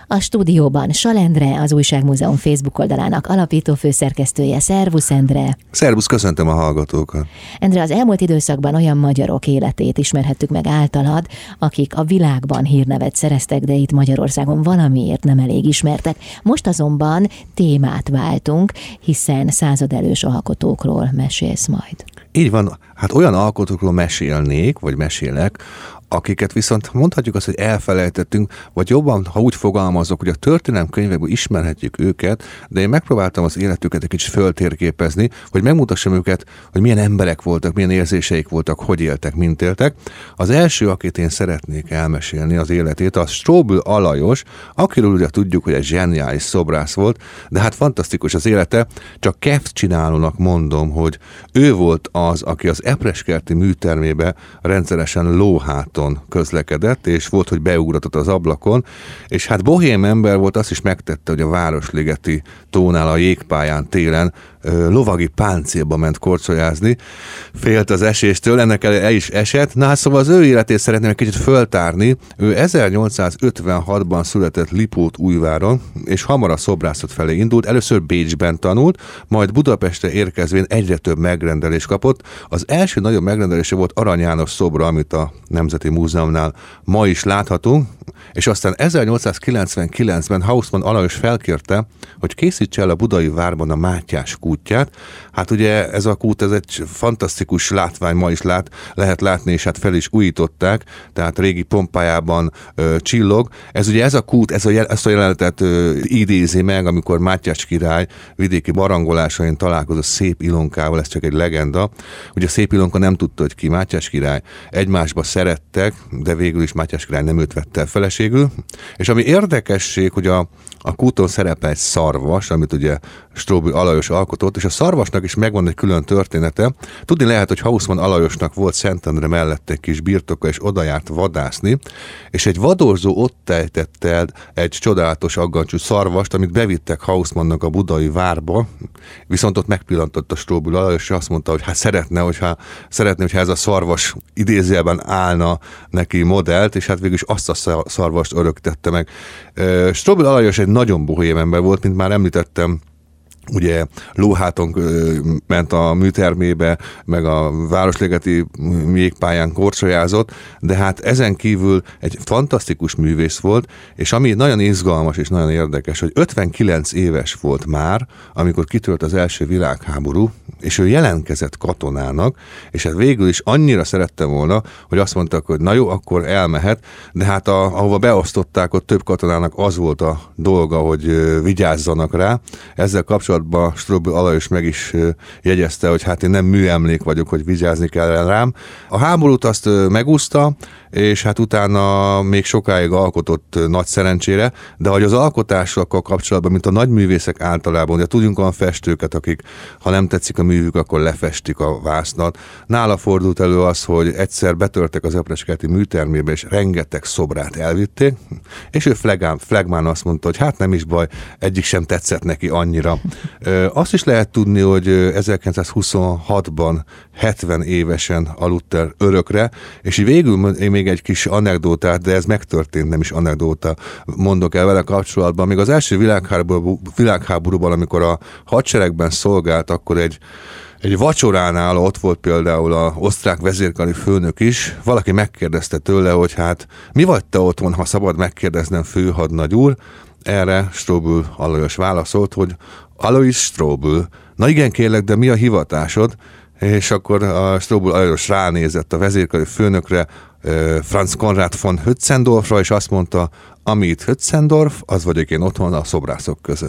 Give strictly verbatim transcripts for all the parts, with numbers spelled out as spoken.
A stúdióban Sal Endre, az Újságmúzeum Facebook oldalának alapító főszerkesztője. Szervusz, Endre! Szervusz, köszöntöm a hallgatókat! Endre, az elmúlt időszakban olyan magyarok életét ismerhettük meg általad, akik a világban hírnevet szereztek, de itt Magyarországon valamiért nem elég ismertek. Most azonban témát váltunk, hiszen századelős alkotókról mesélsz majd. Így van, hát olyan alkotókról mesélnék, vagy mesélek, akiket viszont mondhatjuk azt, hogy elfelejtettünk, vagy jobban, ha úgy fogalmazok, hogy a történelemkönyvekből ismerhetjük őket, de én megpróbáltam az életüket egy kicsit föltérképezni, hogy megmutassam őket, hogy milyen emberek voltak, milyen érzéseik voltak, hogy éltek, mint éltek. Az első, akit én szeretnék elmesélni az életét, az Strobl Alajos, akiről ugye tudjuk, hogy egy zseniális szobrász volt, de hát fantasztikus az élete, csak kedvcsinálónak mondom, hogy ő volt az, aki az Epreskerti műtermébe rendszeresen lóhát közlekedett, és volt, hogy beugratott az ablakon, és hát bohém ember volt, azt is megtette, hogy a Városligeti tónál a jégpályán télen ö, lovagi páncélba ment korcsolyázni, félt az eséstől, ennek el, el is esett. Na hát szóval az ő életét szeretném egy kicsit föltárni. Ő ezernyolcszázötvenhatban született Lipótújváron, és hamar a szobrászat felé indult. Először Bécsben tanult, majd Budapestre érkezvén egyre több megrendelést kapott. Az első nagyobb megrendelése volt Arany János szobra, amit a Nemzeti Múzeumnál ma is láthatunk, és aztán ezernyolcszázkilencvenkilencben Hausmann Alajos felkérte, hogy készítse el a Budai Várban a Mátyás kútját. Hát ugye ez a kút, ez egy fantasztikus látvány, ma is lát, lehet látni, és hát fel is újították, tehát régi pompájában ö, csillog. Ez ugye ez a kút, ez a, ezt a jelenetet ö, idézi meg, amikor Mátyás király vidéki barangolásain találkozott Szép Ilonkával, ez csak egy legenda. Ugye Szép Ilonka nem tudta, hogy ki Mátyás király, egymásba szerettek, de végül is Mátyás király nem őt vette el feleségül. És ami érdekesség, hogy a, a kúton szerepel egy szarvas, amit ugye Strobl Alajos alkotott, és a szarvasnak is megvan egy külön története. Tudni lehet, hogy Hausmann Alajosnak volt Szentendre mellett egy kis birtoka, és oda járt vadászni, és egy vadorzó ott ejtett el egy csodálatos aggancsú szarvast, amit bevittek Hausmannnak a Budai Várba, viszont ott megpillantott a Strobl Alajos, és azt mondta, hogy hát szeretne, hogyha, szeretne, hogyha ez a szarvas idézőjelben állna neki modellt, és hát végül is azt a szarvast örökítette meg. Strobl Alajos egy nagyon bohém ember volt, mint már említettem, ugye lóháton ment a műtermébe, meg a Városligeti jégpályán korcsolyázott, de hát ezen kívül egy fantasztikus művész volt, és ami nagyon izgalmas és nagyon érdekes, hogy ötvenkilenc éves volt már, amikor kitört az első világháború, és ő jelentkezett katonának, és hát végül is annyira szerette volna, hogy azt mondtak, hogy na jó, akkor elmehet, de hát a, ahova beosztották, ott több katonának az volt a dolga, hogy vigyázzanak rá. Ezzel kapcsolatban Strobl Alajos meg is jegyezte, hogy hát én nem műemlék vagyok, hogy vigyázni kell rám. A háborút azt megúszta, és hát utána még sokáig alkotott nagy szerencsére, de hogy az alkotásokkal kapcsolatban, mint a nagyművészek általában, ugye tudjunk olyan festőket, akik ha nem tetszik a művük, akkor lefestik a vásznat. Nála fordult elő az, hogy egyszer betörtek az Epreskerti műtermébe, és rengeteg szobrát elvitték, és ő flegán, flegmán azt mondta, hogy hát nem is baj, egyik sem tetszett neki annyira. Azt is lehet tudni, hogy ezerkilencszázhuszonhatban hetven évesen aludt el örökre, és így végül én még egy kis anekdótát, de ez megtörtént, nem is anekdóta, mondok el vele kapcsolatban. Még az első világháború, világháborúban, amikor a hadseregben szolgált, akkor egy Egy vacsoránál ott volt például az osztrák vezérkari főnök is, valaki megkérdezte tőle, hogy hát mi vagy te otthon, ha szabad megkérdeznem, főhadnagy úr? Erre Strobl Alajos válaszolt, hogy Alois Strobl. Na igen, kérlek, de mi a hivatásod? És akkor a Strobl Alajos ránézett a vezérkari főnökre, Franz Konrad von Hötzendorfra, és azt mondta, amit Hötzendorf, az vagyok én otthon a szobrászok között.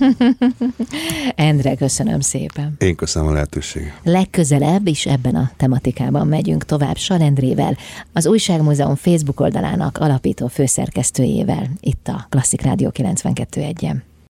Endre, köszönöm szépen. Én köszönöm a lehetőséget. Legközelebb is ebben a tematikában megyünk tovább Sal Endrével, az Újságmúzeum Facebook oldalának alapító főszerkesztőjével, itt a Klasszik Rádió kilencvenkettő egyen.